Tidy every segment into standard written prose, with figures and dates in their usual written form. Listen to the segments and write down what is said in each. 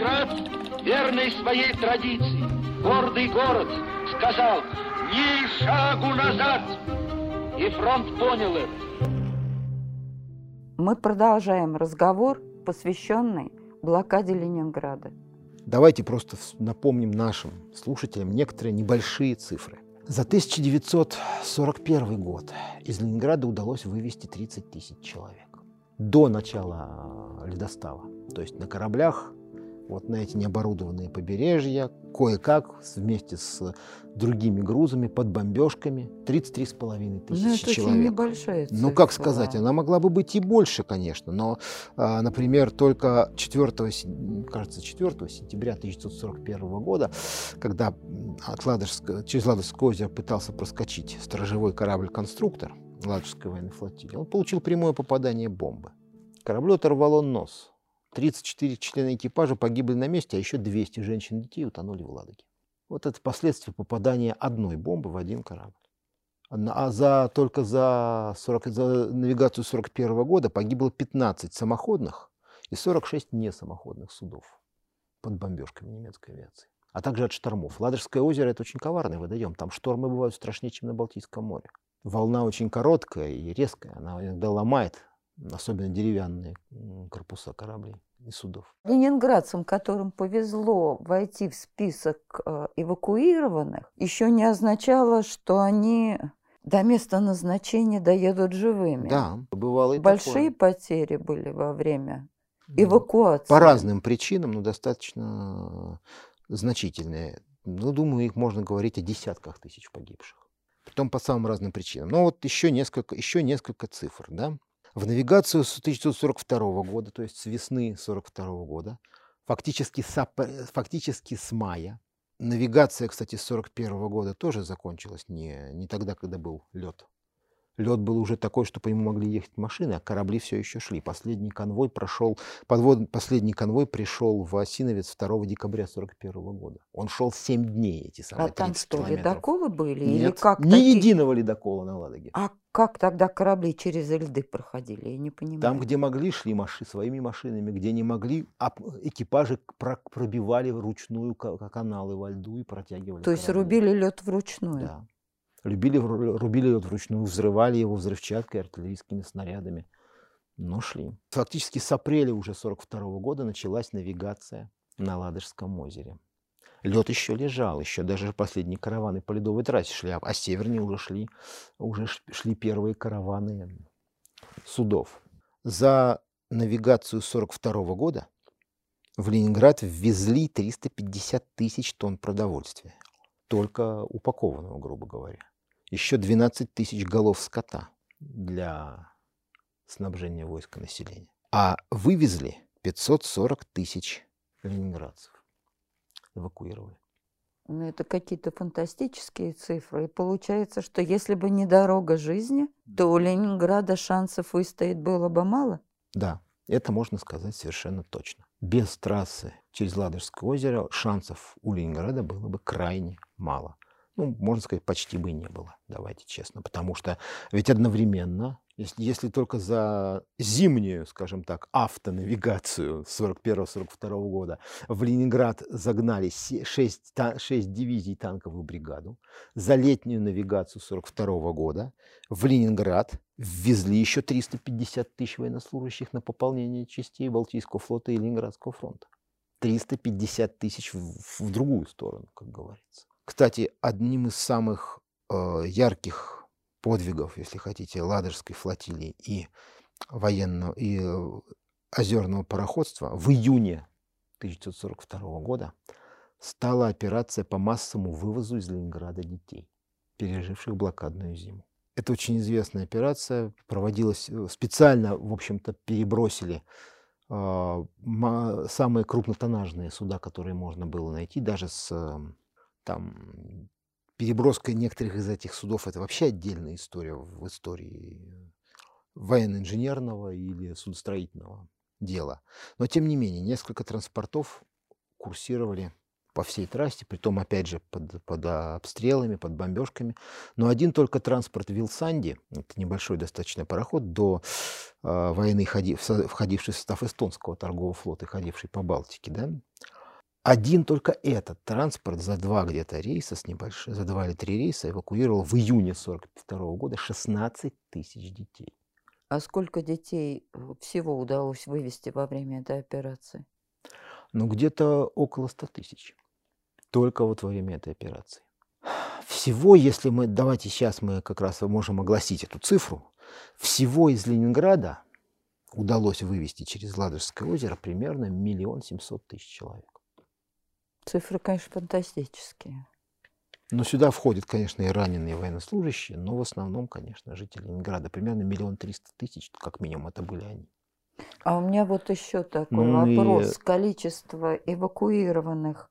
Ленинград, верный своей традиции, гордый город, сказал: «Ни шагу назад!» И фронт понял это. Мы продолжаем разговор, посвященный блокаде Ленинграда. Давайте просто напомним нашим слушателям некоторые небольшие цифры. За 1941 год из Ленинграда удалось вывести 30 тысяч человек. До начала ледостава. То есть на кораблях, вот на эти необорудованные побережья, кое-как вместе с другими грузами под бомбежками 33,5 тысячи человек. Очень небольшая цифра. Ну, как сказать, она могла бы быть и больше, конечно, но, например, только 4 сентября 1941 года, когда через Ладожское озеро пытался проскочить сторожевой корабль-конструктор Ладожской военной флотилии, он получил прямое попадание бомбы. Кораблю оторвало нос. 34 члена экипажа погибли на месте, а еще 200 женщин и детей утонули в Ладоге. Вот это последствия попадания одной бомбы в один корабль. Только за навигацию 1941 года погибло 15 самоходных и 46 несамоходных судов под бомбежками немецкой авиации, а также от штормов. Ладожское озеро – это очень коварный водоем, там штормы бывают страшнее, чем на Балтийском море. Волна очень короткая и резкая, она иногда ломает, особенно деревянные корпуса кораблей и судов. Ленинградцам, которым повезло войти в список эвакуированных, еще не означало, что они до места назначения доедут живыми. Да, бывало и большие такое. Потери были во время эвакуации. По разным причинам, но достаточно значительные. Ну, думаю, их можно говорить о десятках тысяч погибших. Притом по самым разным причинам. Но вот еще несколько цифр, да. В навигацию с 1942 года, то есть с весны 1942 года, фактически с мая. Навигация, кстати, с 1941 года тоже закончилась не тогда, когда был лед. Лед был уже такой, что по нему могли ехать машины, а корабли все еще шли. Последний конвой пришел в Осиновец 2 декабря 1941 года. Он шел 7 дней, эти самые 30 там что, километров. ледоколы были? Нет, или как ни единого ледокола на Ладоге. А как тогда корабли через льды проходили? Я не понимаю. Там, где могли, шли своими машинами, где не могли, экипажи пробивали вручную каналы во льду и протягивали. То есть рубили лед вручную? Да. Рубили лед вручную, взрывали его взрывчаткой, артиллерийскими снарядами, но шли. Фактически с апреля уже 1942 года началась навигация на Ладожском озере. Лед еще лежал, еще даже последние караваны по ледовой трассе шли, а севернее уже шли первые караваны судов. За навигацию 1942 года в Ленинград ввезли 350 тысяч тонн продовольствия, только упакованного, грубо говоря. Еще 12 тысяч голов скота для снабжения войска населения. А вывезли 540 тысяч ленинградцев. Эвакуировали. Ну, это какие-то фантастические цифры. И получается, что если бы не дорога жизни, то у Ленинграда шансов выстоять было бы мало? Да, это можно сказать совершенно точно. Без трассы через Ладожское озеро шансов у Ленинграда было бы крайне мало. Ну, можно сказать, почти бы не было, давайте честно. Потому что ведь одновременно, если только за зимнюю, скажем так, автонавигацию с 1941-1942 года в Ленинград загнали 6 дивизий танковую бригаду, за летнюю навигацию 1942 года в Ленинград ввезли еще 350 тысяч военнослужащих на пополнение частей Балтийского флота и Ленинградского фронта. 350 тысяч в другую сторону, как говорится. Кстати, одним из самых ярких подвигов, если хотите, Ладожской флотилии и озерного пароходства в июне 1942 года стала операция по массовому вывозу из Ленинграда детей, переживших блокадную зиму. Это очень известная операция, проводилась специально, в общем-то, перебросили самые крупнотоннажные суда, которые можно было найти, даже с переброска некоторых из этих судов — это вообще отдельная история в истории военно-инженерного или судостроительного дела. Но, тем не менее, несколько транспортов курсировали по всей трассе, притом, опять же, под обстрелами, под бомбежками. Но один только транспорт Вилсанди, это небольшой достаточно пароход, до войны, входивший в состав эстонского торгового флота, ходивший по Балтике, да, Один только этот транспорт за 2 где-то рейса с небольшим, за 2 или 3 рейса эвакуировал в июне 1942 года 16 тысяч детей. А сколько детей всего удалось вывести во время этой операции? Ну, где-то около 100 тысяч. Только вот во время этой операции. Всего, если мы, давайте сейчас мы как раз можем огласить эту цифру, всего из Ленинграда удалось вывести через Ладожское озеро примерно 1 700 000 человек. Цифры, конечно, фантастические. Но сюда входят, конечно, и раненые военнослужащие, но в основном, конечно, жители Ленинграда. Примерно 1 300 000, как минимум, это были они. А у меня вот еще такой Ну и вопрос. Количество эвакуированных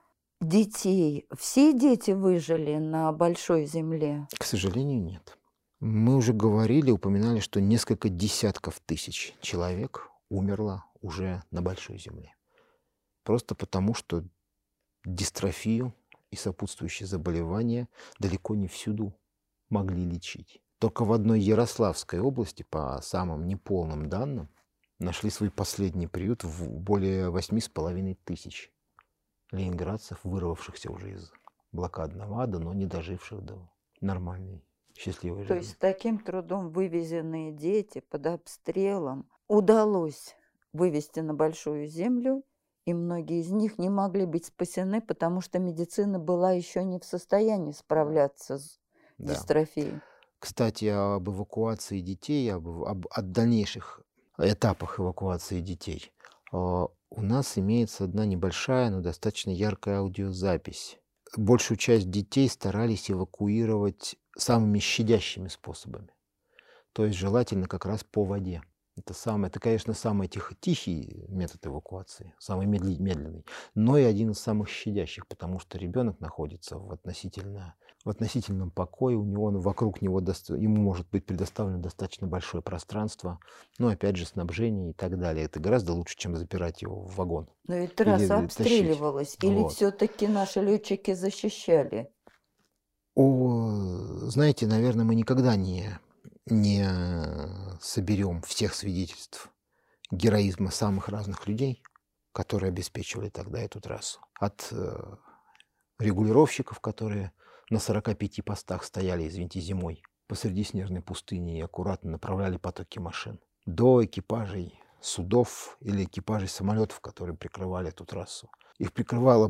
детей. Все дети выжили на Большой земле? К сожалению, нет. Мы уже говорили, упоминали, что несколько десятков тысяч человек умерло уже на Большой земле. Просто потому, что дистрофию и сопутствующие заболевания далеко не всюду могли лечить. Только в одной Ярославской области, по самым неполным данным, нашли свой последний приют в более 8,5 тысяч ленинградцев, вырвавшихся уже из блокадного ада, но не доживших до нормальной, счастливой То жизни. есть таким трудом вывезенные дети под обстрелом удалось вывести на Большую землю, и многие из них не могли быть спасены, потому что медицина была еще не в состоянии справляться с Да. дистрофией. Кстати, об эвакуации детей, о дальнейших этапах эвакуации детей. У нас имеется одна небольшая, но достаточно яркая аудиозапись. Большую часть детей старались эвакуировать самыми щадящими способами. То есть желательно как раз по воде. Это, конечно, самый тихий метод эвакуации, самый медленный, но и один из самых щадящих, потому что ребенок находится в относительном покое, вокруг него ему может быть предоставлено достаточно большое пространство, но опять же снабжение и так далее. Это гораздо лучше, чем запирать его в вагон. Но и трасса Или обстреливалась, или Вот. все-таки наши летчики защищали? Знаете, наверное, мы никогда не соберем всех свидетельств героизма самых разных людей, которые обеспечивали тогда эту трассу. От регулировщиков, которые на 45 постах стояли, извините, зимой посреди снежной пустыни и аккуратно направляли потоки машин, до экипажей судов или экипажей самолетов, которые прикрывали эту трассу. Их прикрывало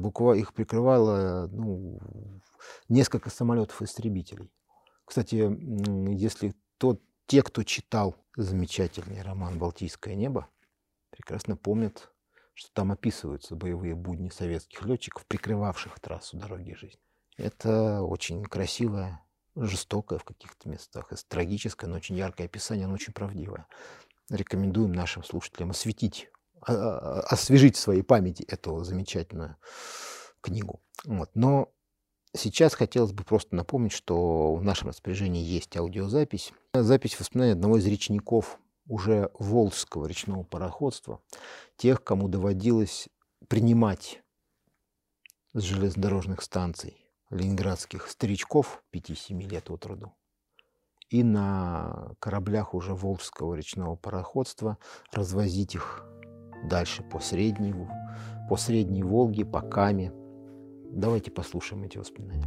несколько самолетов-истребителей. Кстати, если те, кто читал замечательный роман «Балтийское небо», прекрасно помнят, что там описываются боевые будни советских летчиков, прикрывавших трассу «Дороги жизни». Это очень красивое, жестокое в каких-то местах, трагическое, но очень яркое описание, оно очень правдивое. Рекомендуем нашим слушателям освежить в своей памяти эту замечательную книгу. Но сейчас хотелось бы просто напомнить, что в нашем распоряжении есть аудиозапись. Запись воспоминаний одного из речников уже Волжского речного пароходства, тех, кому доводилось принимать с железнодорожных станций ленинградских старичков 5-7 лет от роду и на кораблях уже Волжского речного пароходства развозить их дальше по Средней Волге, по Каме. Давайте послушаем эти воспоминания.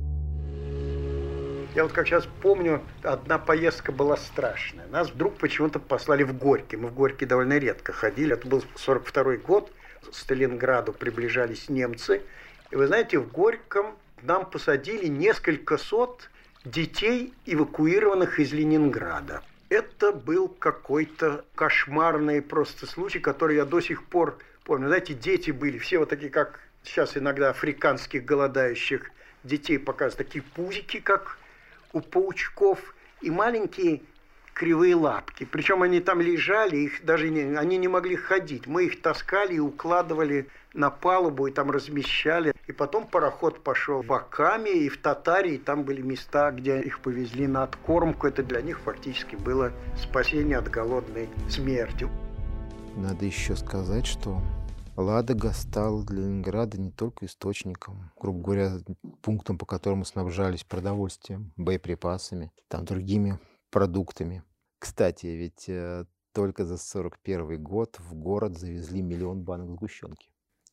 Я вот как сейчас помню, одна поездка была страшная. Нас вдруг почему-то послали в Горький. Мы в Горький довольно редко ходили. Это был 1942 год. К Сталинграду приближались немцы. И вы знаете, в Горьком нам посадили несколько сот детей, эвакуированных из Ленинграда. Это был какой-то кошмарный просто случай, который я до сих пор помню. Знаете, дети были все вот такие, как сейчас иногда африканских голодающих детей показывают, такие пузики, как у паучков, и маленькие кривые лапки. Причем они там лежали, они не могли ходить. Мы их таскали и укладывали на палубу, и там размещали. И потом пароход пошел в Акаме и в Татарии. Там были места, где их повезли на откормку. Это для них фактически было спасение от голодной смерти. Надо еще сказать, что Ладога стала для Ленинграда не только источником, грубо говоря, пунктом, по которому снабжались продовольствием, боеприпасами, другими продуктами. Кстати, ведь только за 1941 год в город завезли 1 000 000 банок сгущенки.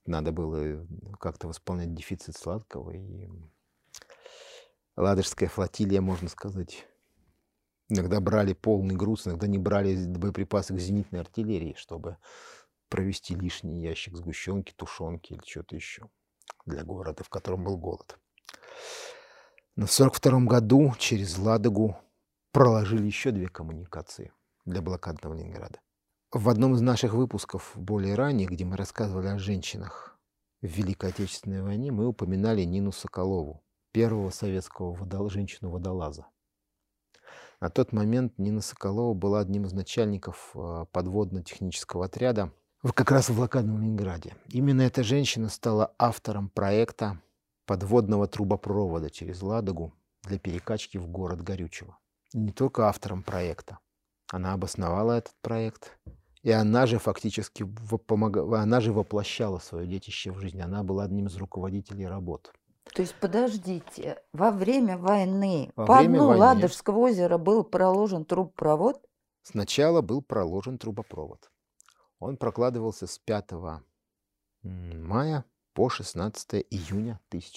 надо было как-то восполнять дефицит сладкого. И Ладожская флотилия, можно сказать, иногда брали полный груз, иногда не брали боеприпасы к зенитной артиллерии, чтобы провести лишний ящик сгущенки, тушенки или что-то еще для города, в котором был голод. Но в 1942 году через Ладогу проложили еще 2 коммуникации для блокадного Ленинграда. В одном из наших выпусков более ранее, где мы рассказывали о женщинах в Великой Отечественной войне, мы упоминали Нину Соколову, первого советского женщину-водолаза. На тот момент Нина Соколова была одним из начальников подводно-технического отряда как раз в блокадном Ленинграде. Именно эта женщина стала автором проекта подводного трубопровода через Ладогу для перекачки в город Горючево. И не только автором проекта. Она обосновала этот проект, и она же фактически воплощала свое детище в жизнь. Она была одним из руководителей работ. То есть, подождите, во время войны по дну Ладожского озера был проложен трубопровод? Сначала был проложен трубопровод. Он прокладывался с 5 мая по 16 июня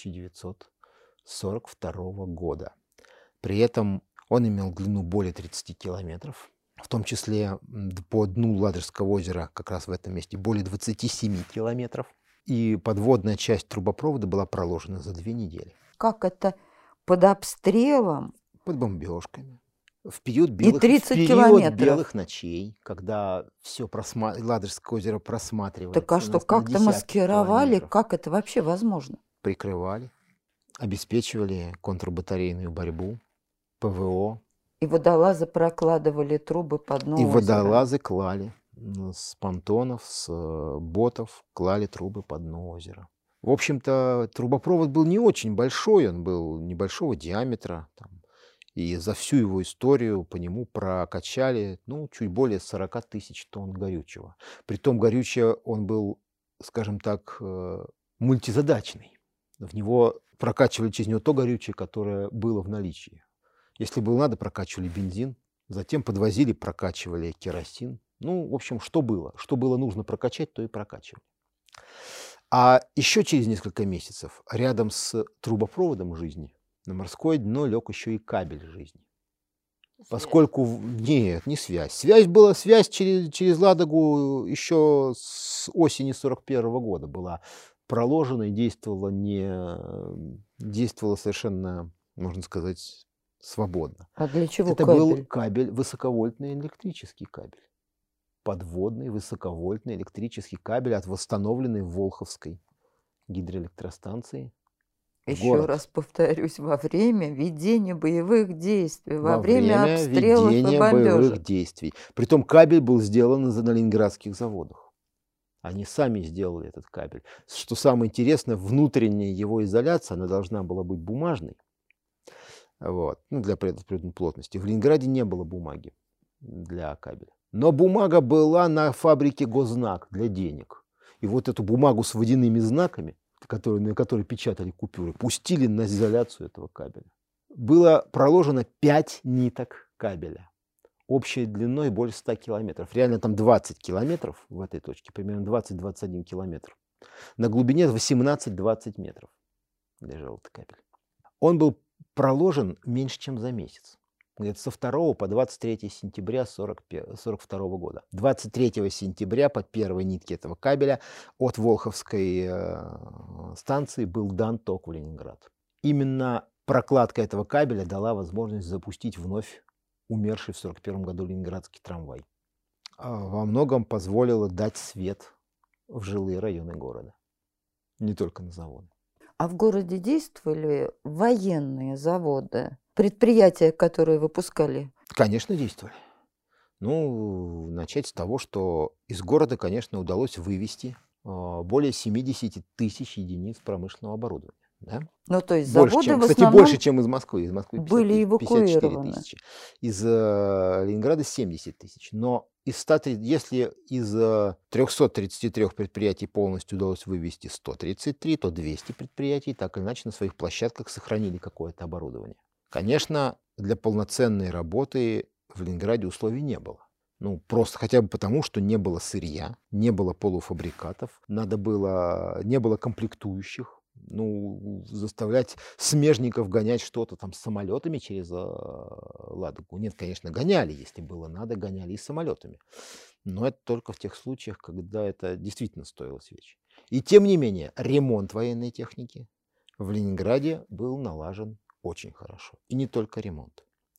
1942 года. При этом он имел длину более 30 километров, в том числе по дну Ладожского озера, как раз в этом месте, более 27 километров. И подводная часть трубопровода была проложена за 2 недели. Как это? Под обстрелом? Под бомбежками. В период белых ночей, когда все Ладожское озеро просматривается. Так а что, как-то маскировали? Как это вообще возможно? Прикрывали, обеспечивали контрбатарейную борьбу, ПВО. И водолазы прокладывали трубы по дну озера? И водолазы клали с понтонов, с ботов, клали трубы по дну озера. В общем-то, трубопровод был не очень большой, он был небольшого диаметра. И за всю его историю по нему прокачали чуть более 40 тысяч тонн горючего. Притом горючее он был, скажем так, мультизадачный. В него прокачивали через него то горючее, которое было в наличии. Если было надо, прокачивали бензин, затем подвозили, прокачивали керосин. В общем, что было нужно прокачать, то и прокачивали. А еще через несколько месяцев рядом с трубопроводом жизни на морское дно лег еще и кабель жизни. Поскольку... Нет, не связь. Связь через Ладогу еще с осени 1941 года была проложена и действовала совершенно, можно сказать, свободно. А для чего Это кабель? был кабель, высоковольтный электрический кабель. Подводный высоковольтный электрический кабель от восстановленной Волховской гидроэлектростанции. Еще раз повторюсь, во время ведения боевых действий, во время обстрелов и бомбежек. Боевых действий. Притом кабель был сделан на ленинградских заводах. Они сами сделали этот кабель. Что самое интересное, внутренняя его изоляция, она должна была быть бумажной. Для определенной плотности. В Ленинграде не было бумаги для кабеля. Но бумага была на фабрике Гознак для денег. И вот эту бумагу с водяными знаками, на которой печатали купюры, пустили на изоляцию этого кабеля. Было проложено 5 ниток кабеля. Общей длиной больше 100 километров. Реально там 20 километров в этой точке, примерно 20-21 километр. На глубине 18-20 метров лежал этот кабель. Он был проложен меньше, чем за месяц. Где-то со 2 по 23 сентября 1942 года. 23 сентября по первой нитке этого кабеля от Волховской станции был дан ток в Ленинград. Именно прокладка этого кабеля дала возможность запустить вновь умерший в 1941 году ленинградский трамвай. Во многом позволило дать свет в жилые районы города. Не только на заводы. А в городе действовали военные заводы? Предприятия, которые выпускали? Конечно, действовали. Начать с того, что из города, конечно, удалось вывести более 70 тысяч единиц промышленного оборудования. Да? То есть заводы больше, чем из Москвы. Из Москвы были эвакуированы. 54 тысячи. Из Ленинграда 70 тысяч. Но если из 333 предприятий полностью удалось вывести 133, то 200 предприятий так или иначе на своих площадках сохранили какое-то оборудование. Конечно, для полноценной работы в Ленинграде условий не было. Ну, просто хотя бы потому, что не было сырья, не было полуфабрикатов, не было комплектующих. Ну, заставлять смежников гонять что-то там с самолетами через Ладогу. Нет, конечно, гоняли, если было надо, гоняли и самолетами. Но это только в тех случаях, когда это действительно стоило свеч. И тем не менее, ремонт военной техники в Ленинграде был налажен очень хорошо. И не только ремонт.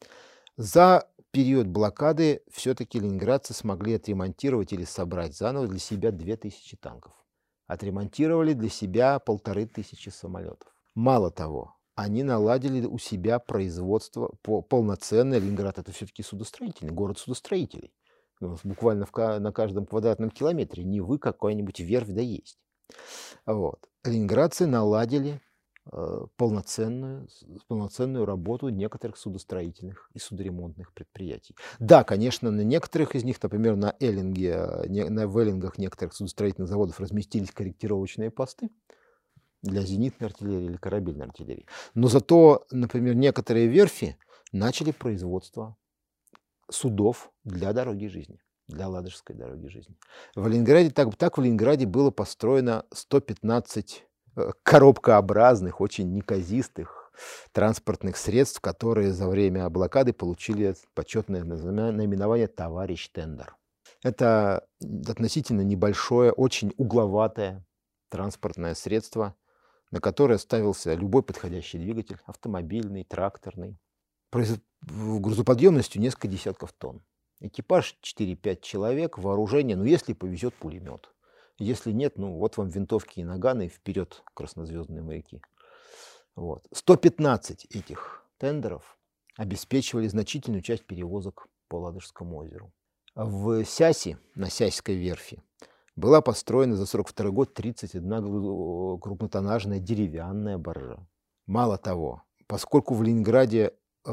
За период блокады все-таки ленинградцы смогли отремонтировать или собрать заново для себя 2000 танков. Отремонтировали для себя 1500 самолетов. Мало того, они наладили у себя производство полноценное. Ленинград — это все-таки судостроительный, город судостроителей. Буквально на каждом квадратном километре Невы какая-нибудь верфь да есть. Вот. Ленинградцы наладили полноценную работу некоторых судостроительных и судоремонтных предприятий. Да, конечно, на некоторых из них, например, в Эллингах некоторых судостроительных заводов разместились корректировочные посты для зенитной артиллерии или корабельной артиллерии. Но зато, например, некоторые верфи начали производство судов для дороги жизни, для Ладожской дороги жизни. В Ленинграде, так в Ленинграде было построено 115 коробкообразных, очень неказистых транспортных средств, которые за время блокады получили почетное наименование «Товарищ Тендер». Это относительно небольшое, очень угловатое транспортное средство, на которое ставился любой подходящий двигатель, автомобильный, тракторный, грузоподъемностью несколько десятков тонн. Экипаж 4-5 человек, вооружение, если повезет, пулемет. Если нет, вот вам винтовки и наганы, вперед, краснозвездные моряки. Вот. 115 этих тендеров обеспечивали значительную часть перевозок по Ладожскому озеру. В Сяси, на Сясьской верфи, была построена за 1942 год 31 крупнотоннажная деревянная баржа. Мало того, поскольку в Ленинграде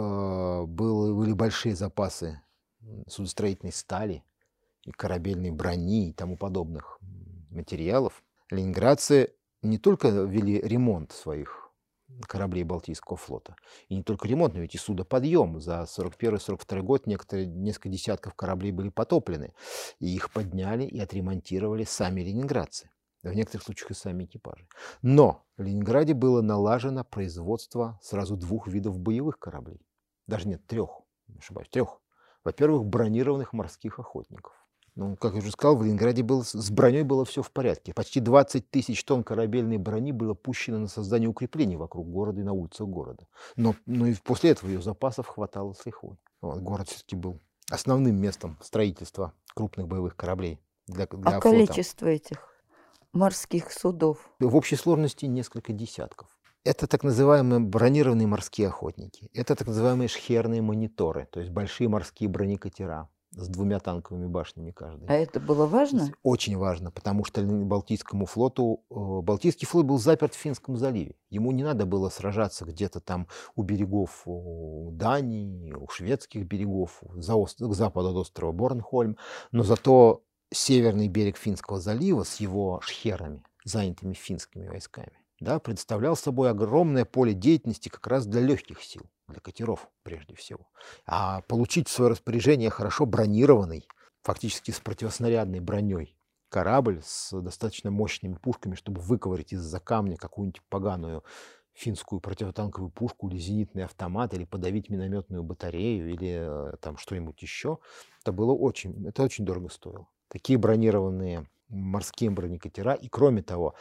были большие запасы судостроительной стали и корабельной брони и тому подобных материалов, ленинградцы не только вели ремонт своих кораблей Балтийского флота, и не только ремонт, но ведь и судоподъем. За 1941-1942 год несколько десятков кораблей были потоплены, и их подняли и отремонтировали сами ленинградцы, в некоторых случаях и сами экипажи. Но в Ленинграде было налажено производство сразу 2 видов боевых кораблей. Даже нет, 3, не ошибаюсь, 3. Во-первых, бронированных морских охотников. Как я уже сказал, в Ленинграде с броней было все в порядке. Почти 20 тысяч тонн корабельной брони было пущено на создание укреплений вокруг города и на улицах города. Но и после этого ее запасов хватало с лихвой. Город все-таки был основным местом строительства крупных боевых кораблей для флота. Количество этих морских судов? В общей сложности несколько десятков. Это так называемые бронированные морские охотники. Это так называемые шхерные мониторы, то есть большие морские бронекатера с 2 танковыми башнями каждый. А это было важно? Очень важно, потому что Балтийский флот был заперт в Финском заливе. Ему не надо было сражаться где-то там у берегов Дании, у шведских берегов, к западу от острова Борнхольм, но зато северный берег Финского залива с его шхерами, занятыми финскими войсками, представлял собой огромное поле деятельности как раз для легких сил, для катеров прежде всего. А получить в свое распоряжение хорошо бронированный, фактически с противоснарядной броней, корабль с достаточно мощными пушками, чтобы выковырять из-за камня какую-нибудь поганую финскую противотанковую пушку или зенитный автомат, или подавить минометную батарею, или там что-нибудь еще, это очень дорого стоило. Такие бронированные морские бронекатера. И кроме того,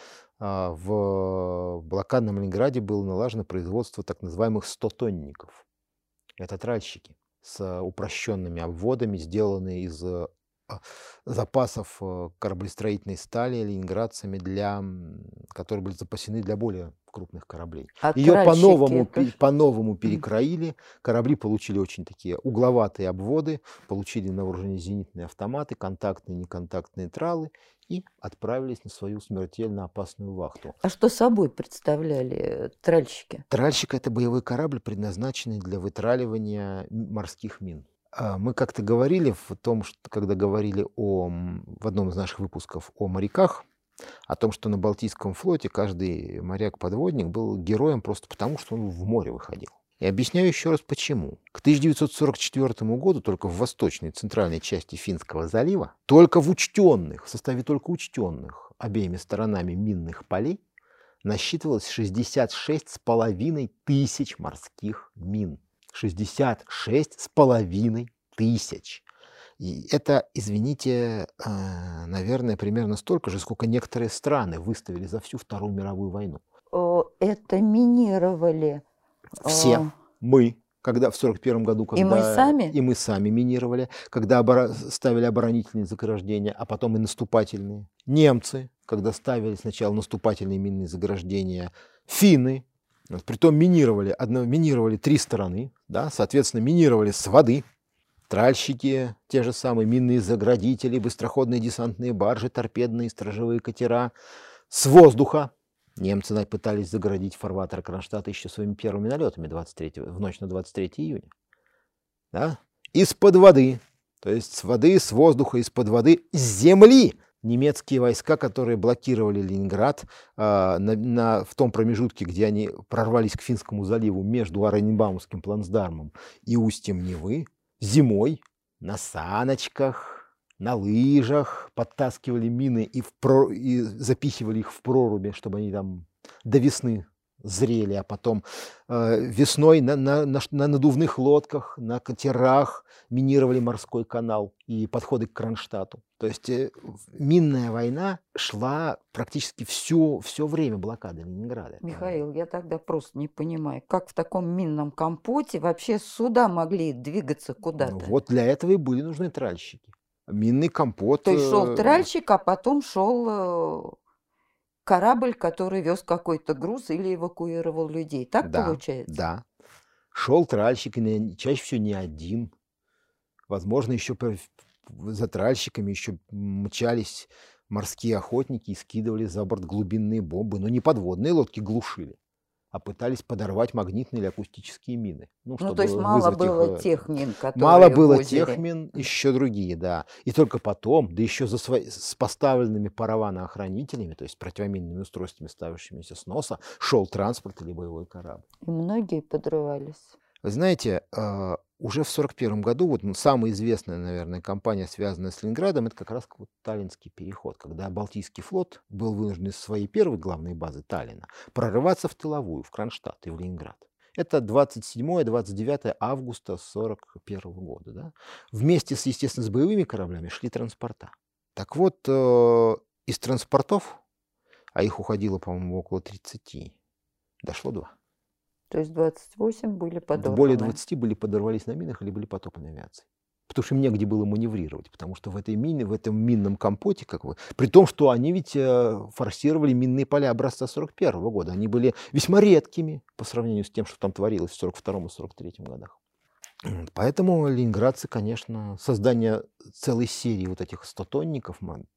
в блокадном Ленинграде было налажено производство так называемых 100-тонников. Это тральщики с упрощенными обводами, сделанные из запасов кораблестроительной стали ленинградцами, которые были запасены для более крупных кораблей. Ее по-новому перекроили. Корабли получили очень такие угловатые обводы, получили на вооружение зенитные автоматы, контактные, неконтактные тралы и отправились на свою смертельно опасную вахту. А что собой представляли тральщики? Тральщик — это боевой корабль, предназначенный для вытраливания морских мин. Мы как-то говорили когда говорили в одном из наших выпусков о моряках, о том, что на Балтийском флоте каждый моряк-подводник был героем просто потому, что он в море выходил. И объясняю еще раз почему. К 1944 году только в восточной и центральной части Финского залива, только в составе только учтенных обеими сторонами минных полей, насчитывалось 66,5 тысяч морских мин. 66,5 тысяч. И это, извините, наверное, примерно столько же, сколько некоторые страны выставили за всю Вторую мировую войну. Это минировали. Все. Мы, когда в 1941 году, когда... И мы сами? И мы сами минировали, когда ставили оборонительные заграждения, а потом и наступательные. Немцы, когда ставили сначала наступательные минные заграждения. Финны, притом минировали 3 стороны, да, соответственно, минировали с воды. Тральщики, те же самые минные заградители, быстроходные десантные баржи, торпедные сторожевые катера. С воздуха. Немцы пытались загородить фарватер Кронштадта еще своими первыми налетами в ночь на 23 июня. Да? Из-под воды, то есть с воды, с воздуха, из-под воды, с земли. Немецкие войска, которые блокировали Ленинград в том промежутке, где они прорвались к Финскому заливу между Оренбаумским плацдармом и устьем Невы, зимой на саночках, на лыжах подтаскивали мины и запихивали их в проруби, чтобы они там до весны зрели, а потом весной на надувных лодках, на катерах минировали морской канал и подходы к Кронштадту. То есть минная война шла практически все время блокады Ленинграда. Михаил, я тогда просто не понимаю, как в таком минном компоте вообще суда могли двигаться куда-то? Вот для этого и были нужны тральщики. Минный компот. То есть шел тральщик, а потом шел корабль, который вез какой-то груз или эвакуировал людей. Так да, получается? Да. Шел тральщик, и чаще всего не один. Возможно, еще за тральщиками еще мчались морские охотники и скидывали за борт глубинные бомбы. Но не подводные лодки глушили, а пытались подорвать магнитные или акустические мины. То есть мало было тех мин, которые мало было возили. тех мин, еще другие, да. И только потом, да еще с поставленными параваноохранителями, то есть противоминными устройствами, ставившимися с носа, шел транспорт или боевой корабль. И многие подрывались. Вы знаете, уже в 1941 году самая известная, наверное, кампания, связанная с Ленинградом, это как раз Таллинский переход, когда Балтийский флот был вынужден из своей первой главной базы Таллина прорываться в тыловую, в Кронштадт и в Ленинград. Это 27-29 августа 1941 года. Да? Вместе, естественно, с боевыми кораблями шли транспорта. Так вот, из транспортов, а их уходило, по-моему, около 30, дошло 2. То есть 28 были подорваны. Более 20 подорвались на минах или были потоплены авиацией. Потому что им негде было маневрировать, потому что в этом минном компоте, при том, что они ведь форсировали минные поля образца 1941 года, они были весьма редкими по сравнению с тем, что там творилось в 1942 и 1943 годах. Поэтому ленинградцы, конечно, создание целой серии вот этих 100-тонников,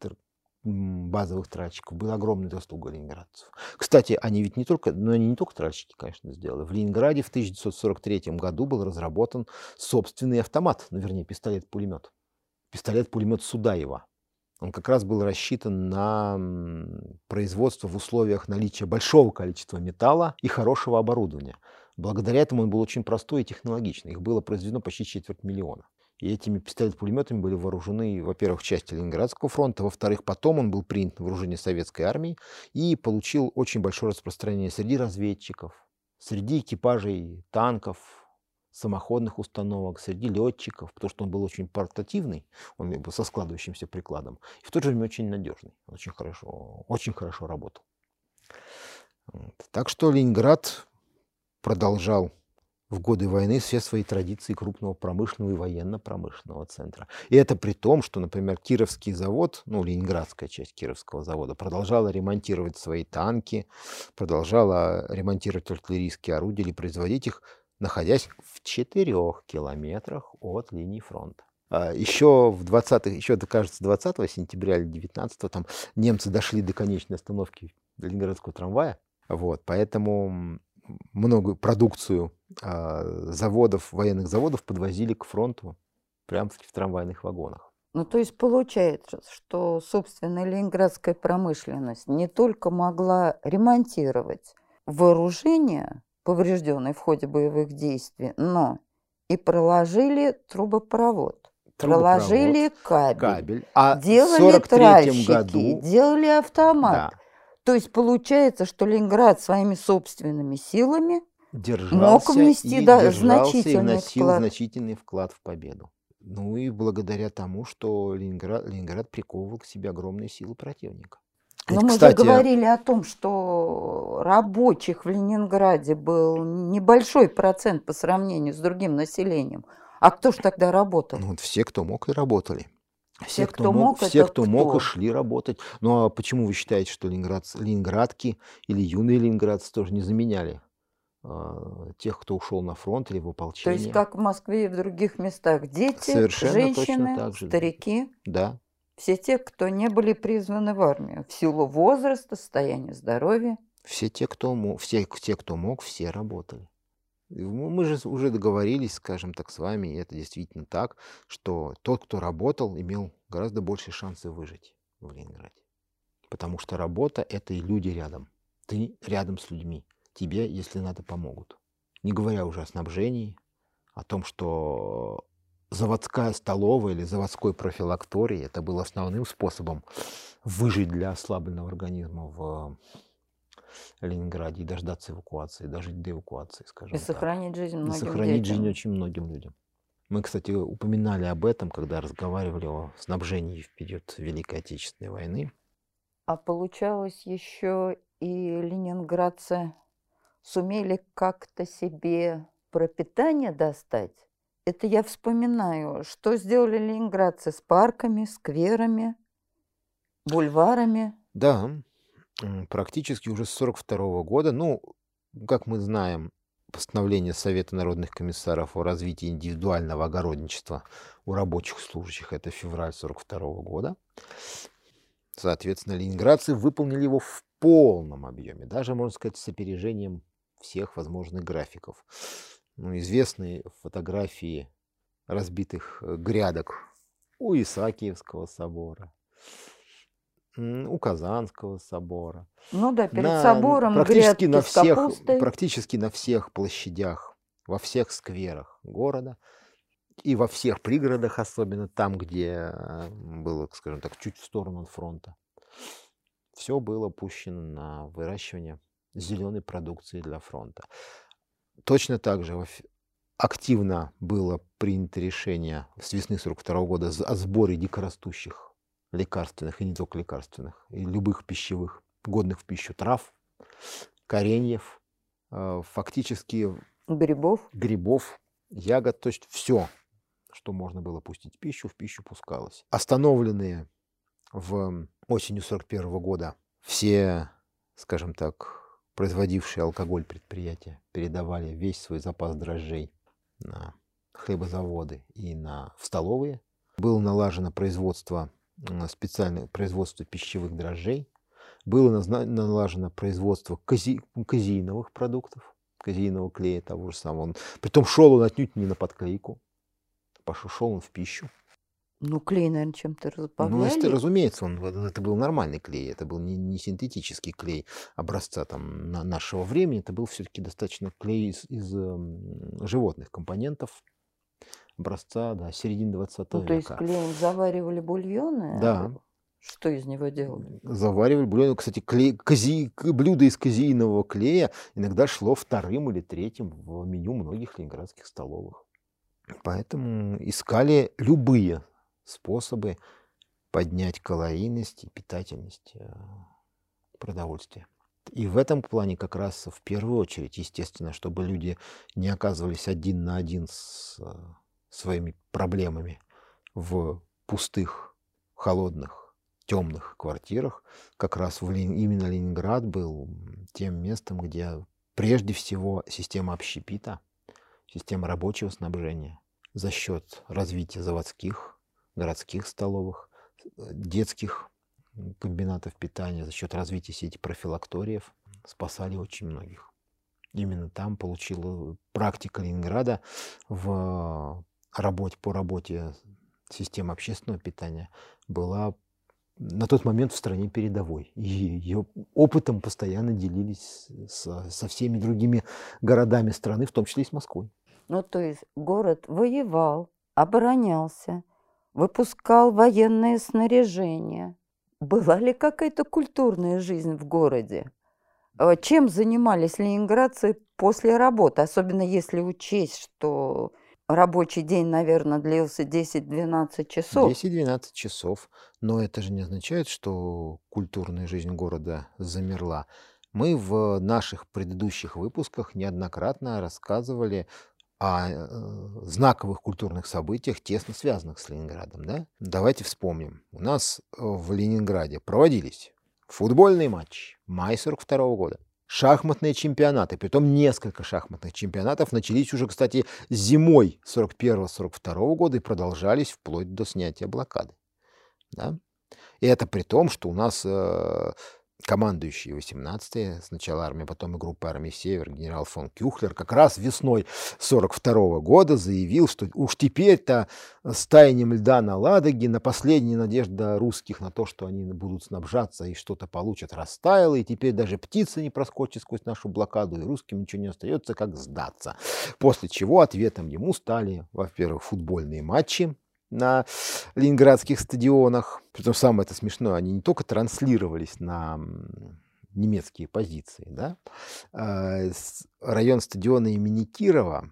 базовых тральщиков, была огромной заслугой ленинградцев. Кстати, они ведь не только тральщики, конечно, сделали. В Ленинграде в 1943 году был разработан собственный автомат, пистолет-пулемет. Пистолет-пулемет Судаева. Он как раз был рассчитан на производство в условиях наличия большого количества металла и хорошего оборудования. Благодаря этому он был очень простой и технологичный. Их было произведено почти 250 000. И этими пистолет-пулеметами были вооружены, во-первых, части Ленинградского фронта, во-вторых, потом он был принят на вооружение советской армии и получил очень большое распространение среди разведчиков, среди экипажей танков, самоходных установок, среди летчиков, потому что он был очень портативный, он был со складывающимся прикладом, и в то же время очень надежный, очень хорошо работал. Так что Ленинград продолжал в годы войны все свои традиции крупного промышленного и военно-промышленного центра. И это при том, что, например, Кировский завод, ленинградская часть Кировского завода, продолжала ремонтировать свои танки, продолжала ремонтировать артиллерийские орудия или производить их, находясь в 4 километрах от линии фронта. Еще, кажется, 20 сентября или 19 там немцы дошли до конечной остановки ленинградского трамвая. Поэтому многую продукцию военных заводов подвозили к фронту прямо в трамвайных вагонах. То есть получается, что, собственно, ленинградская промышленность не только могла ремонтировать вооружение, поврежденный в ходе боевых действий, но и проложили трубопровод, проложили кабель, А в делали 43-м тральщики, году, делали автомат. да, То есть получается, что Ленинград своими собственными силами держался внести и да, держался и значительный вносил вклад. значительный вклад в победу. Ну и благодаря тому, что Ленинград приковывал к себе огромные силы противника. Но Ведь, мы же кстати, говорили о том, что рабочих в Ленинграде был небольшой процент по сравнению с другим населением. А кто ж тогда работал? ну, вот все, кто мог, и работали. Все, кто мог, все, это кто мог, и кто? шли работать. Ну а почему вы считаете, что ленинградки или юные ленинградцы тоже не заменяли тех, кто ушел на фронт или в То есть, ополчение? как в Москве и в других местах, дети, Совершенно точно женщины, так же. старики, Да. все те, кто не были призваны в армию в силу возраста, состояния здоровья. Все те, кто мог, все работали. И мы же уже договорились, скажем так, с вами, и это действительно так, что тот, кто работал, имел гораздо больше шансы выжить в Ленинграде. Потому что работа – это и люди рядом. Ты рядом с людьми. Тебе, если надо, помогут. Не говоря уже о снабжении, о том, что заводская столовая или заводской профилакторий – это был основным способом выжить для ослабленного организма в Ленинграде и дождаться эвакуации, дожить до эвакуации, скажем И так. сохранить жизнь И многим сохранить детям. жизнь очень многим людям. Мы, кстати, упоминали об этом, когда разговаривали о снабжении в период Великой Отечественной войны. А получалось еще и ленинградцы сумели как-то себе пропитание достать. Это я вспоминаю, что сделали ленинградцы с парками, скверами, бульварами. Да, практически уже с 1942 года, ну, как мы знаем, постановление Совета народных комиссаров о развитии индивидуального огородничества у рабочих служащих, это февраль 1942 года. Соответственно, ленинградцы выполнили его в полном объеме, даже, можно сказать, с опережением всех возможных графиков. Ну, известные фотографии разбитых грядок у Исаакиевского собора, у Казанского собора. Ну да, перед собором практически грядки с капустой. практически на всех площадях, во всех скверах города и во всех пригородах, особенно там, где было, скажем так, чуть в сторону от фронта. Все было пущено на выращивание зеленой продукции для фронта. Точно так же активно было принято решение с весны 1942 года о сборе дикорастущих лекарственных и не только лекарственных, и любых пищевых, годных в пищу трав, кореньев, фактически грибов, ягод, то есть все, что можно было пустить в пищу пускалось. Остановленные в осенью 1941 года все, скажем так, производившие алкоголь предприятия передавали весь свой запас дрожжей на хлебозаводы и в столовые. Было налажено специальное производство пищевых дрожжей. Было налажено производство казеиновых продуктов, казеинового клея того же самого. Притом шел он отнюдь не на подклейку, шел он в пищу. Ну, клей, наверное, чем-то разбавляли. Ну, разумеется, это был нормальный клей, это был не синтетический клей образца там, нашего времени, это был все-таки достаточно клей из животных компонентов образца, да, середины 20 века. То есть клеем заваривали бульоны? Да. Что из него делали? Заваривали бульоны. Кстати, блюдо из казеинового клея иногда шло вторым или третьим в меню многих ленинградских столовых. Поэтому искали любые способы поднять калорийность и питательность продовольствия. И в этом плане как раз в первую очередь, естественно, чтобы люди не оказывались один на один с своими проблемами в пустых, холодных, темных квартирах, как раз именно Ленинград был тем местом, где прежде всего система общепита, система рабочего снабжения за счет развития заводских, городских столовых, детских комбинатов питания, за счет развития сети профилакториев спасали очень многих. Именно там получила практика Ленинграда по работе системы общественного питания была на тот момент в стране передовой. И ее опытом постоянно делились со всеми другими городами страны, в том числе и с Москвой. Ну, то есть город воевал, оборонялся, выпускал военное снаряжение. Была ли какая-то культурная жизнь в городе? Чем занимались ленинградцы после работы? Особенно если учесть, что рабочий день, наверное, длился 10-12 часов. 10-12 часов. Но это же не означает, что культурная жизнь города замерла. Мы в наших предыдущих выпусках неоднократно рассказывали о знаковых культурных событиях, тесно связанных с Ленинградом. Да? Давайте вспомним. У нас в Ленинграде проводились футбольный матч мая 1942 года. Шахматные чемпионаты, притом несколько шахматных чемпионатов, начались уже, кстати, зимой 1941-1942 года и продолжались вплоть до снятия блокады. Да? И это при том, что у нас командующий 18-й, сначала армия, потом и группа армии «Север», генерал фон Кюхлер, как раз весной 1942 года заявил, что уж теперь-то с таянием льда на Ладоге, на последняя надежда русских на то, что они будут снабжаться и что-то получат, растаяла, и теперь даже птица не проскочит сквозь нашу блокаду, и русским ничего не остается, как сдаться. После чего ответом ему стали, во-первых, футбольные матчи на ленинградских стадионах. Притом самое это смешное, они не только транслировались на немецкие позиции, да? Район стадиона имени Кирова,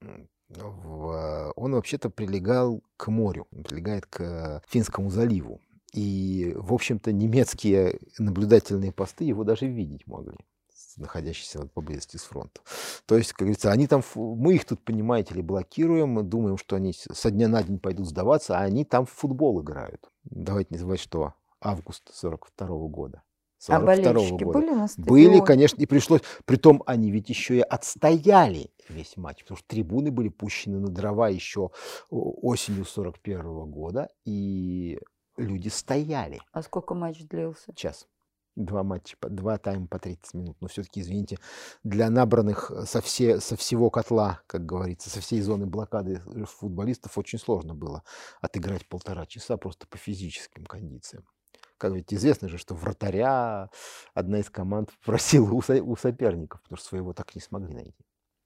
он вообще-то прилегал к морю, прилегает к Финскому заливу. И, в общем-то, немецкие наблюдательные посты его даже видеть могли, находящиеся поблизости с фронта. То есть, как говорится, они там, мы их тут, понимаете ли, блокируем, мы думаем, что они со дня на день пойдут сдаваться, а они там в футбол играют. Давайте не забывать, что август 1942 года. А болельщики были на стадионе? Были, конечно, и пришлось. Притом они ведь еще и отстояли весь матч, потому что трибуны были пущены на дрова еще осенью 1941 года, и люди стояли. А сколько матч длился? Час. 2 матча, 2 тайма по 30 минут. Но все-таки, извините, для набранных со всего котла, как говорится, со всей зоны блокады футболистов очень сложно было отыграть 1,5 часа просто по физическим кондициям. Как ведь известно же, что вратаря одна из команд просила у соперников, потому что своего так не смогли найти.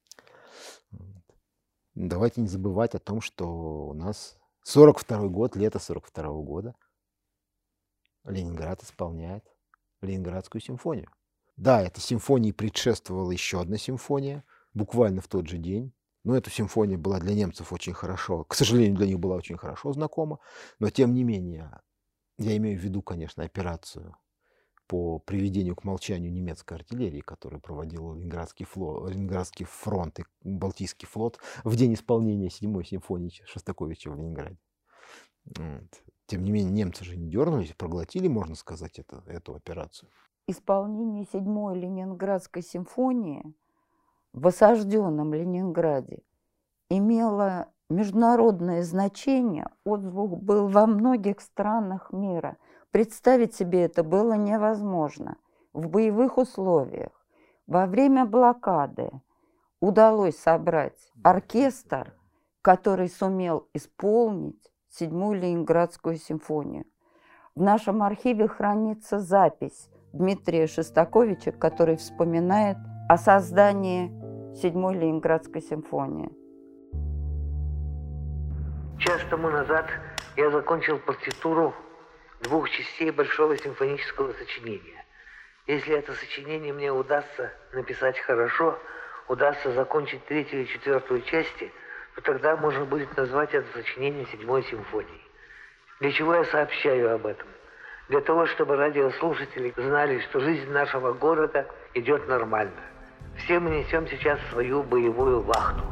Давайте не забывать о том, что у нас 42 год, лето 42 года, Ленинград исполняет Ленинградскую симфонию. Да, этой симфонии предшествовала еще одна симфония, буквально в тот же день. Но эта симфония была для немцев очень хорошо, к сожалению, для них была очень хорошо знакома. Но тем не менее, я имею в виду, конечно, операцию по приведению к молчанию немецкой артиллерии, которую проводил Ленинградский фронт и Балтийский флот в день исполнения 7-й симфонии Шостаковича в Ленинграде. Вот. Тем не менее, немцы же не дернулись, проглотили, можно сказать, эту операцию. Исполнение 7-й Ленинградской симфонии в осажденном Ленинграде имело международное значение. Отзвук был во многих странах мира. Представить себе это было невозможно. В боевых условиях, во время блокады удалось собрать оркестр, который сумел исполнить 7-ю Ленинградскую симфонию. В нашем архиве хранится запись Дмитрия Шостаковича, который вспоминает о создании 7-й Ленинградской симфонии. Час тому назад я закончил партитуру 2 частей большого симфонического сочинения. Если это сочинение мне удастся написать хорошо, удастся закончить 3-ю и 4-ю части, то тогда можно будет назвать это сочинение 7-й симфонией. Для чего я сообщаю об этом? Для того, чтобы радиослушатели знали, что жизнь нашего города идет нормально. Все мы несем сейчас свою боевую вахту.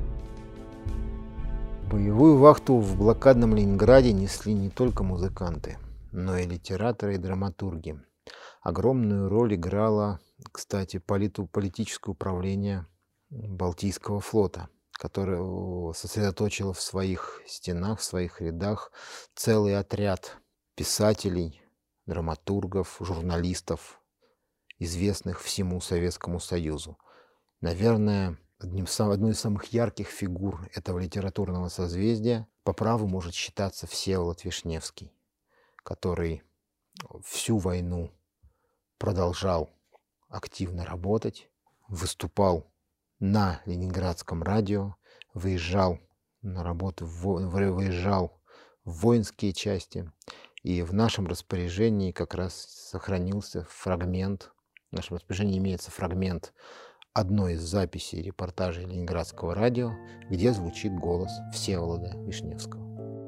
Боевую вахту в блокадном Ленинграде несли не только музыканты, но и литераторы и драматурги. Огромную роль играло, кстати, политическое управление Балтийского флота, которое сосредоточило в своих стенах, в своих рядах целый отряд писателей, драматургов, журналистов, известных всему Советскому Союзу. Наверное, одной из самых ярких фигур этого литературного созвездия по праву может считаться Всеволод Вишневский, который всю войну продолжал активно работать, выступал на Ленинградском радио, выезжал на работу, выезжал в воинские части. И в нашем распоряжении как раз сохранился фрагмент, в нашем распоряжении имеется фрагмент одной из записей репортажей Ленинградского радио, где звучит голос Всеволода Вишневского.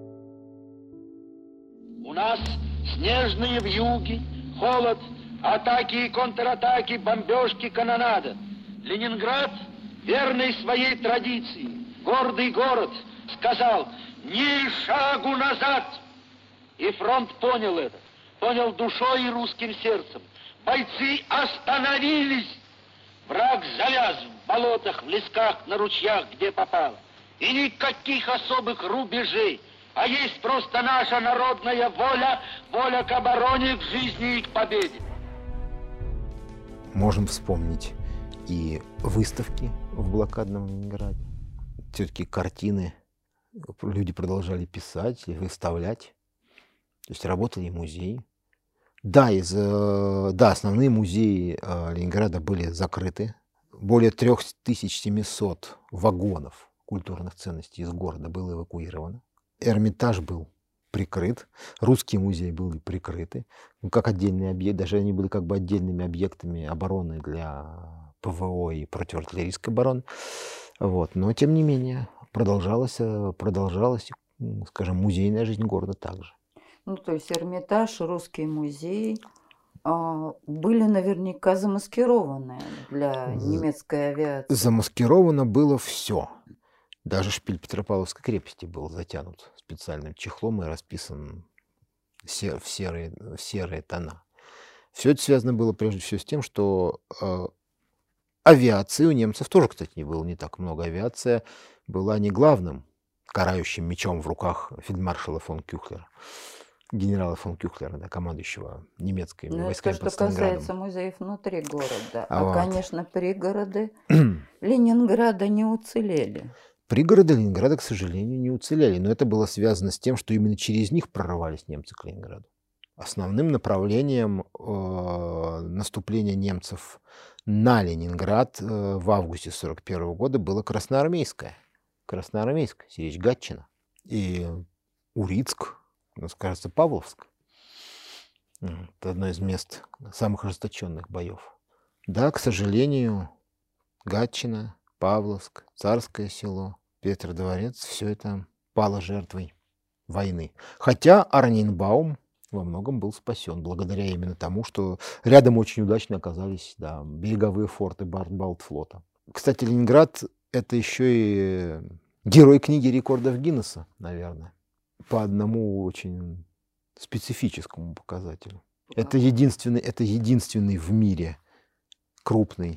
У нас снежные вьюги, холод, атаки и контратаки, бомбежки, канонада. Ленинград, верный своей традиции, гордый город, сказал: «Ни шагу назад!» И фронт понял это, понял душой и русским сердцем. Бойцы остановились. Враг завяз в болотах, в лесках, на ручьях, где попало. И никаких особых рубежей, а есть просто наша народная воля, воля к обороне, к жизни и к победе. Можем вспомнить и выставки в блокадном Ленинграде. Все-таки картины люди продолжали писать и выставлять. То есть работали музеи. Да, основные музеи Ленинграда были закрыты. Более 3700 вагонов культурных ценностей из города было эвакуировано. Эрмитаж был прикрыт, русские музеи были прикрыты, как отдельные объекты, даже они были как бы отдельными объектами обороны для ПВО и противоартиллерийской обороны. Вот. Но, тем не менее, продолжалась, скажем, музейная жизнь города также. Ну, то есть Эрмитаж, русский музей были наверняка замаскированы для немецкой авиации. Замаскировано было все. Даже шпиль Петропавловской крепости был затянут специальным чехлом и расписан в серые тона. Все это связано было прежде всего с тем, что авиации у немцев тоже, кстати, не было не так много. Авиация была не главным карающим мечом в руках фельдмаршала фон Кюхлера, генерала фон Кюхлера, да, командующего немецкими войсками под Сталинградом. Это что касается музеев внутри города. Конечно, пригороды Ленинграда не уцелели. Пригороды Ленинграда, к сожалению, не уцелели, но это было связано с тем, что именно через них прорвались немцы к Ленинграду. Основным направлением наступления немцев на Ленинград в августе 1941 года было Красноармейское, Сирич-Гатчина и Урицк, кажется, Павловск. Это одно из мест самых ожесточенных боев. Да, к сожалению, Гатчина, Павловск, Царское село, Петродворец, все это пало жертвой войны. Хотя Орнинбаум во многом был спасен благодаря именно тому, что рядом очень удачно оказались береговые форты Балтфлота. Кстати, Ленинград — это еще и герой книги рекордов Гиннесса, наверное, по одному очень специфическому показателю. Это единственный в мире крупный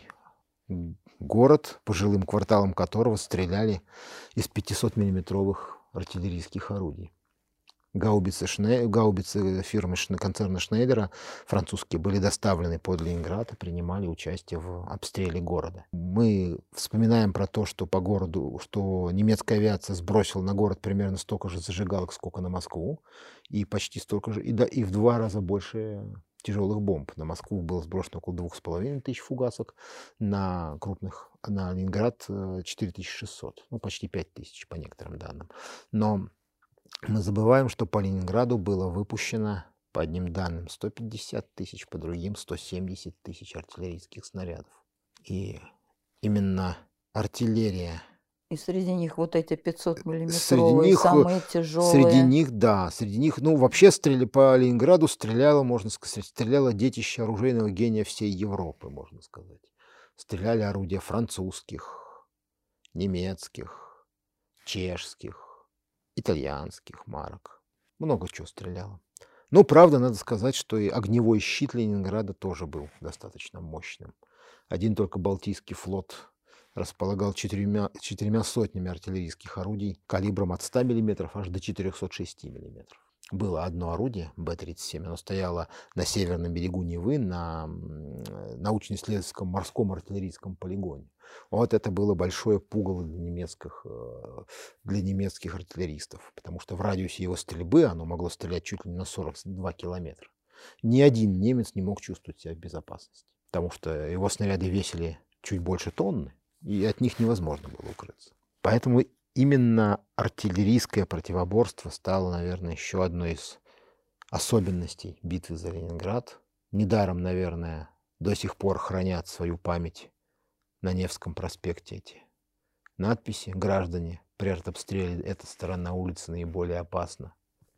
город, по жилым кварталам которого стреляли из 500-миллиметровых артиллерийских орудий. Гаубицы фирмы концерна Шнейдера, французские, были доставлены под Ленинград и принимали участие в обстреле города. Мы вспоминаем про то, что по городу, что немецкая авиация сбросила на город примерно столько же зажигалок, сколько на Москву, и почти столько же, и в 2 раза больше тяжелых бомб. На Москву было сброшено около 2500 фугасок, на Ленинград 4600, почти 5000 по некоторым данным. Но мы забываем, что по Ленинграду было выпущено, по одним данным, 150 тысяч, по другим 170 тысяч артиллерийских снарядов. И именно артиллерия... И среди них вот эти 500-миллиметровые, самые тяжелые. Среди них, вообще по Ленинграду стреляло детище оружейного гения всей Европы, можно сказать. Стреляли орудия французских, немецких, чешских, итальянских марок. Много чего стреляло. Но, правда, надо сказать, что и огневой щит Ленинграда тоже был достаточно мощным. Один только Балтийский флот располагал 4 сотнями артиллерийских орудий калибром от 100 мм аж до 406 мм. Было одно орудие, Б-37, оно стояло на северном берегу Невы на научно-исследовательском морском артиллерийском полигоне. Вот это было большое пугало для немецких артиллеристов, потому что в радиусе его стрельбы оно могло стрелять чуть ли не на 42 километра. Ни один немец не мог чувствовать себя в безопасности, потому что его снаряды весили чуть больше тонны, и от них невозможно было укрыться. Поэтому именно артиллерийское противоборство стало, наверное, еще одной из особенностей битвы за Ленинград. Недаром, наверное, до сих пор хранят свою память на Невском проспекте эти надписи: «Граждане, при артобстреле эта сторона улицы наиболее опасна».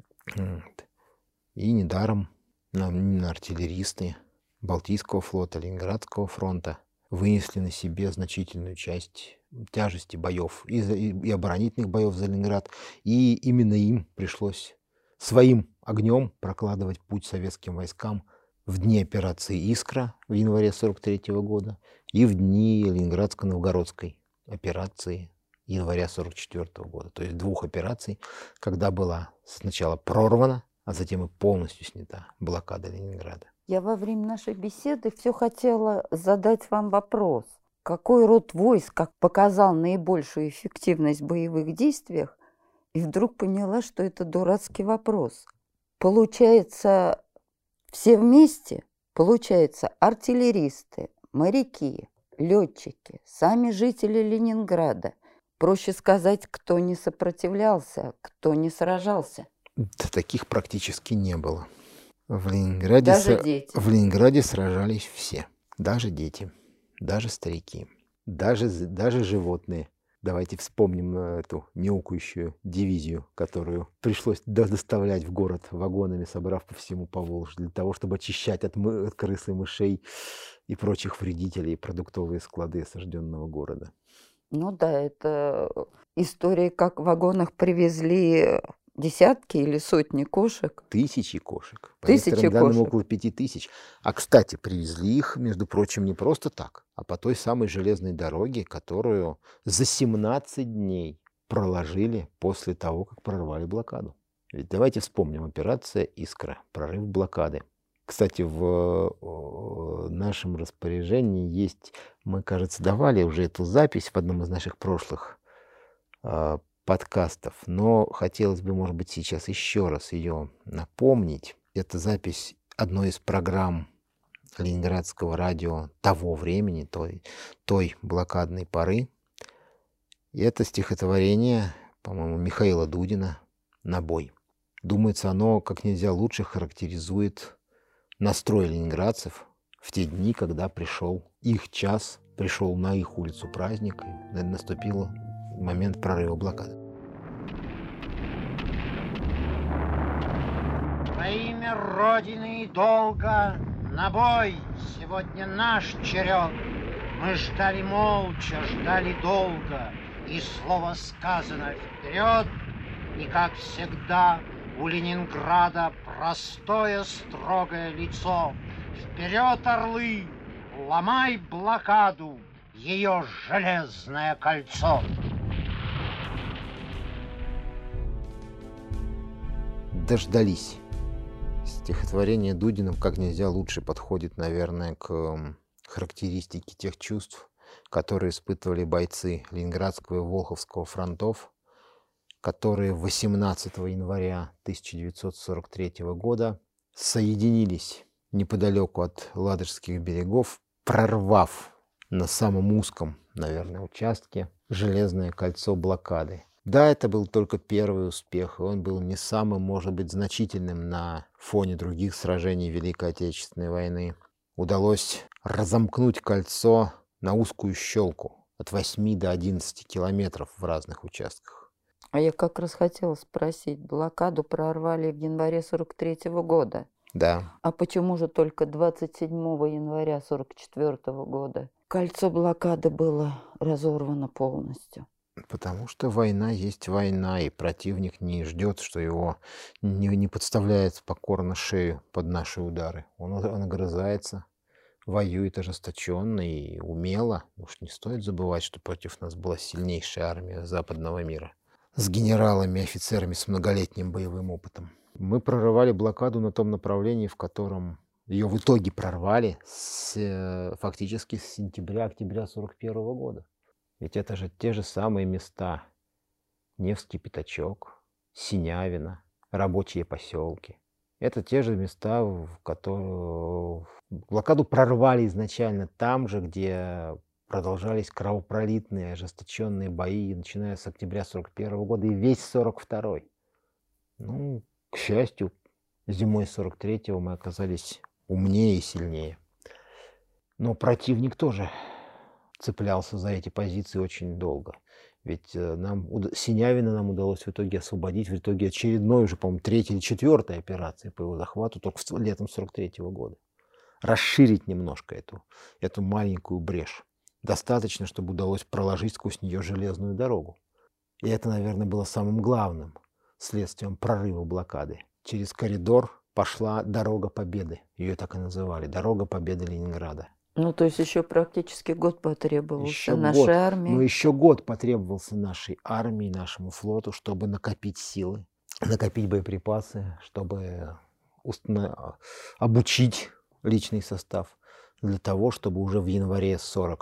И недаром артиллеристы Балтийского флота, Ленинградского фронта вынесли на себе значительную часть тяжести боев и оборонительных боев за Ленинград. И именно им пришлось своим огнем прокладывать путь советским войскам в дни операции «Искра» в январе 1943 года и в дни Ленинградско-Новгородской операции января 1944 года. То есть двух операций, когда была сначала прорвана, а затем и полностью снята блокада Ленинграда. Я во время нашей беседы все хотела задать вам вопрос. Какой род войск показал наибольшую эффективность в боевых действиях? И вдруг поняла, что это дурацкий вопрос. Получается, все вместе? Получается, артиллеристы, моряки, летчики, сами жители Ленинграда. Проще сказать, кто не сопротивлялся, кто не сражался. Да, таких практически не было. В Ленинграде, даже дети. В Ленинграде сражались все. Даже дети, даже старики, даже животные. Давайте вспомним эту мяукающую дивизию, которую пришлось доставлять в город вагонами, собрав по всему Поволжью, для того, чтобы очищать от крыс и мышей и прочих вредителей продуктовые склады осажденного города. Ну да, это история, как в вагонах привезли десятки или сотни кошек. Тысячи кошек. По некоторым данным, около 5000. А, кстати, привезли их, между прочим, не просто так, а по той самой железной дороге, которую за 17 дней проложили после того, как прорвали блокаду. Ведь давайте вспомним: операция «Искра», прорыв блокады. Кстати, в нашем распоряжении есть, мы, кажется, давали уже эту запись в одном из наших прошлых подкастов, но хотелось бы, может быть, сейчас еще раз ее напомнить. Это запись одной из программ Ленинградского радио того времени, той блокадной поры. И это стихотворение, по-моему, Михаила Дудина «Набой». Думается, оно как нельзя лучше характеризует настрой ленинградцев в те дни, когда пришел их час, пришел на их улицу праздник, и наступил момент прорыва блокады. Во имя Родины и долга на бой! Сегодня наш черед. Мы ждали молча, ждали долго, и слово сказано вперед. И как всегда у Ленинграда простое строгое лицо. Вперед, орлы! Ломай блокаду, ее железное кольцо! Дождались. Стихотворение Дудина как нельзя лучше подходит, наверное, к характеристике тех чувств, которые испытывали бойцы Ленинградского и Волховского фронтов, которые 18 января 1943 года соединились неподалеку от Ладожских берегов, прорвав на самом узком, наверное, участке железное кольцо блокады. Да, это был только первый успех, и он был не самым, может быть, значительным на фоне других сражений Великой Отечественной войны. Удалось разомкнуть кольцо на узкую щелку от 8 до 11 километров в разных участках. А я как раз хотела спросить, блокаду прорвали в январе 1943 года. Да. А почему же только 27 января 1944 года кольцо блокады было разорвано полностью? Потому что война есть война, и противник не ждет, что его не подставляет покорно шею под наши удары. Он огрызается, воюет ожесточенно и умело. Уж не стоит забывать, что против нас была сильнейшая армия западного мира с генералами и офицерами с многолетним боевым опытом. Мы прорывали блокаду на том направлении, в котором ее в итоге прорвали фактически с сентября-октября 1941 года. Ведь это же те же самые места: Невский пятачок, Синявино, рабочие поселки. Это те же места, в которые блокаду прорвали изначально там же, где продолжались кровопролитные, ожесточенные бои, начиная с октября 41 года и весь 42-й. Ну, к счастью, зимой 43-го мы оказались умнее и сильнее. Но противник тоже цеплялся за эти позиции очень долго. Ведь Синявина нам удалось в итоге освободить, в итоге очередной уже, по-моему, 3-й или 4-й операции по его захвату только летом 43-го года. Расширить немножко эту маленькую брешь. Достаточно, чтобы удалось проложить сквозь нее железную дорогу. И это, наверное, было самым главным следствием прорыва блокады. Через коридор пошла дорога победы. Ее так и называли. Дорога победы Ленинграда. Ну, то есть еще практически год потребовался Еще нашей год. армии. Но еще год потребовался нашей армии, нашему флоту, чтобы накопить силы, накопить боеприпасы, чтобы обучить личный состав для того, чтобы уже в январе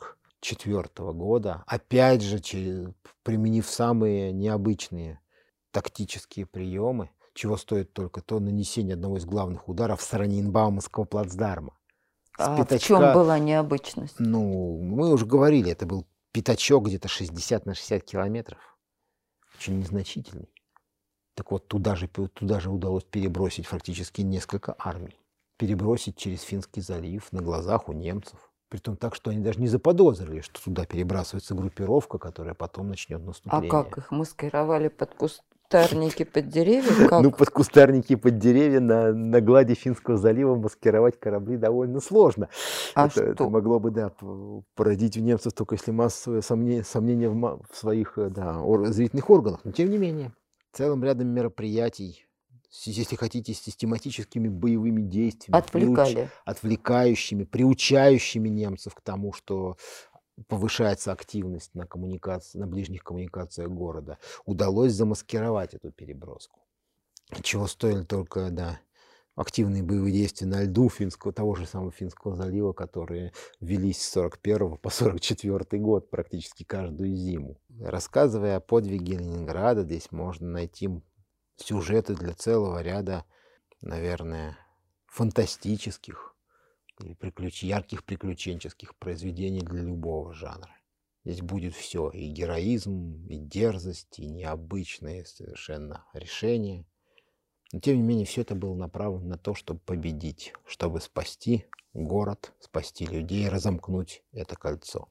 44 года, опять же, применив самые необычные тактические приемы, чего стоит только то нанесение одного из главных ударов с Ораниенбаумского плацдарма. А в чем была необычность? Ну, мы уже говорили, это был пятачок где-то 60 на 60 километров. Очень незначительный. Так вот, туда же удалось перебросить фактически несколько армий. Перебросить через Финский залив на глазах у немцев. Притом так, что они даже не заподозрили, что туда перебрасывается группировка, которая потом начнет наступление. А как их маскировали под кустарники, под деревья? Как? Ну, под кустарники, под деревья на глади Финского залива маскировать корабли довольно сложно. Это могло бы, да, породить у немцев только если массовое сомнение в своих зрительных органах. Но тем не менее, целым рядом мероприятий, если хотите, систематическими боевыми действиями, отвлекающими, приучающими немцев к тому, что повышается активность на ближних коммуникациях города, удалось замаскировать эту переброску. Чего стоили только, активные боевые действия на льду того же самого Финского залива, которые велись с 41 по 44 год практически каждую зиму. Рассказывая о подвиге Ленинграда, здесь можно найти сюжеты для целого ряда, наверное, фантастических или ярких приключенческих произведений для любого жанра. Здесь будет все: и героизм, и дерзость, и необычные совершенно решения. Но, тем не менее, все это было направлено на то, чтобы победить, чтобы спасти город, спасти людей, разомкнуть это кольцо.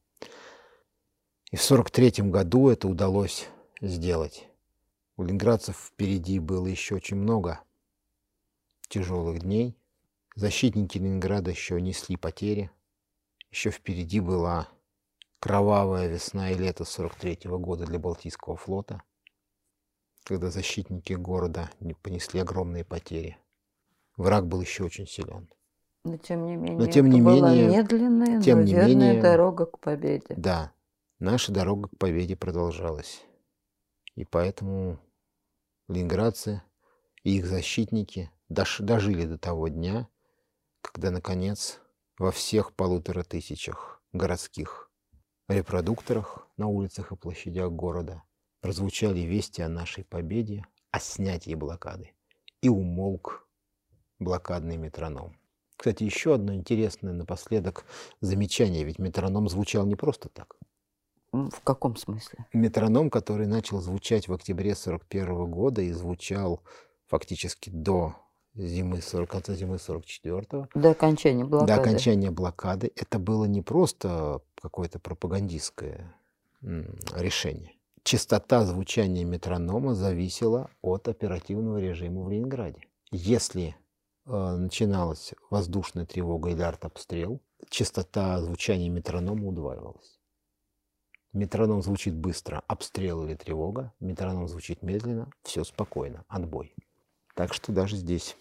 И в 1943 году это удалось сделать. У ленинградцев впереди было еще очень много тяжелых дней. Защитники Ленинграда еще несли потери. Еще впереди была кровавая весна и лето 1943 года для Балтийского флота, когда защитники города понесли огромные потери. Враг был еще очень силен. Но тем не менее, была медленная, но верная дорога к победе. Да, наша дорога к победе продолжалась. И поэтому ленинградцы и их защитники дожили до того дня, когда, наконец, во всех 1500 городских репродукторах на улицах и площадях города прозвучали вести о нашей победе, о снятии блокады, и умолк блокадный метроном. Кстати, еще одно интересное напоследок замечание, ведь метроном звучал не просто так. В каком смысле? Метроном, который начал звучать в октябре 1941 года и звучал фактически до конца зимы 1944. До окончания блокады. До окончания блокады. Это было не просто какое-то пропагандистское решение. Частота звучания метронома зависела от оперативного режима в Ленинграде. Если начиналась воздушная тревога или артобстрел, частота звучания метронома удваивалась. Метроном звучит быстро, обстрел или тревога. Метроном звучит медленно, все спокойно, отбой. Так что даже здесь,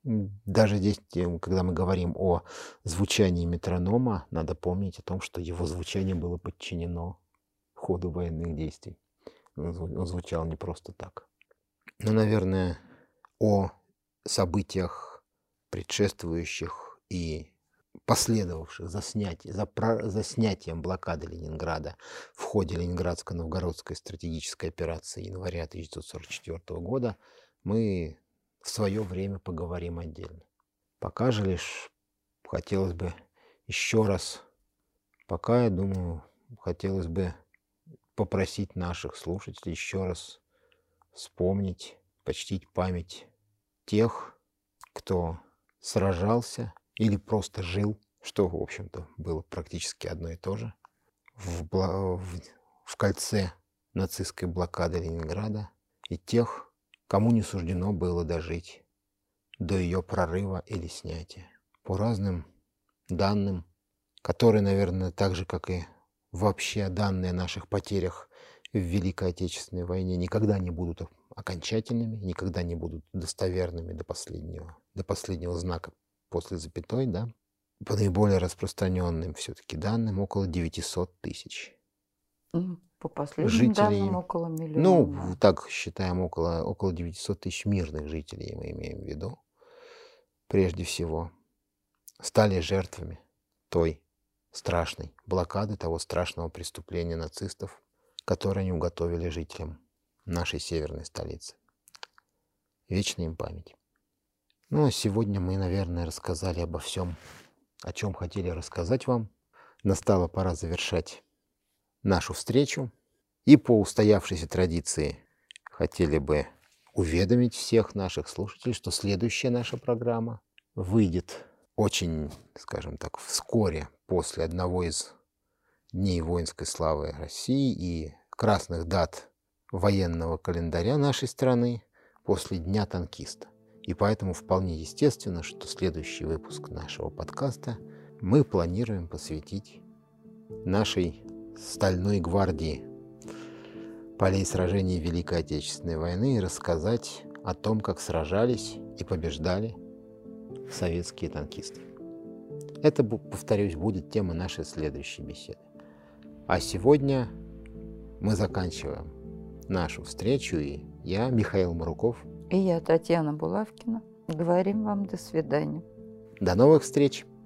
когда мы говорим о звучании метронома, надо помнить о том, что его звучание было подчинено ходу военных действий. Он звучал не просто так. Но, наверное, о событиях, предшествующих и последовавших за снятием блокады Ленинграда в ходе Ленинградско-Новгородской стратегической операции января 1944 года, мы в свое время поговорим отдельно. Пока же лишь хотелось бы еще раз, пока, я думаю, хотелось бы попросить наших слушателей еще раз вспомнить, почтить память тех, кто сражался или просто жил, что, в общем-то, было практически одно и то же, в кольце нацистской блокады Ленинграда, и тех, кому не суждено было дожить до ее прорыва или снятия. По разным данным, которые, наверное, так же, как и вообще данные о наших потерях в Великой Отечественной войне, никогда не будут окончательными, никогда не будут достоверными до последнего знака после запятой, да. По наиболее распространенным все-таки данным, около 900 тысяч. По последним жителей, данным, около миллиона. ну, так считаем, около 900 тысяч мирных жителей, мы имеем в виду, прежде всего, стали жертвами той страшной блокады, того страшного преступления нацистов, которое они уготовили жителям нашей северной столицы. Вечная им память. Ну, а сегодня мы, наверное, рассказали обо всем, о чем хотели рассказать вам. Настала пора завершать нашу встречу. И по устоявшейся традиции хотели бы уведомить всех наших слушателей, что следующая наша программа выйдет очень, скажем так, вскоре после одного из дней воинской славы России и красных дат военного календаря нашей страны, после Дня танкиста. И поэтому вполне естественно, что следующий выпуск нашего подкаста мы планируем посвятить нашей Стальной гвардии полей сражений Великой Отечественной войны и рассказать о том, как сражались и побеждали советские танкисты. Это, повторюсь, будет тема нашей следующей беседы. А сегодня мы заканчиваем нашу встречу, и я, Михаил Маруков, И я, Татьяна Булавкина, говорим вам до свидания. до новых встреч!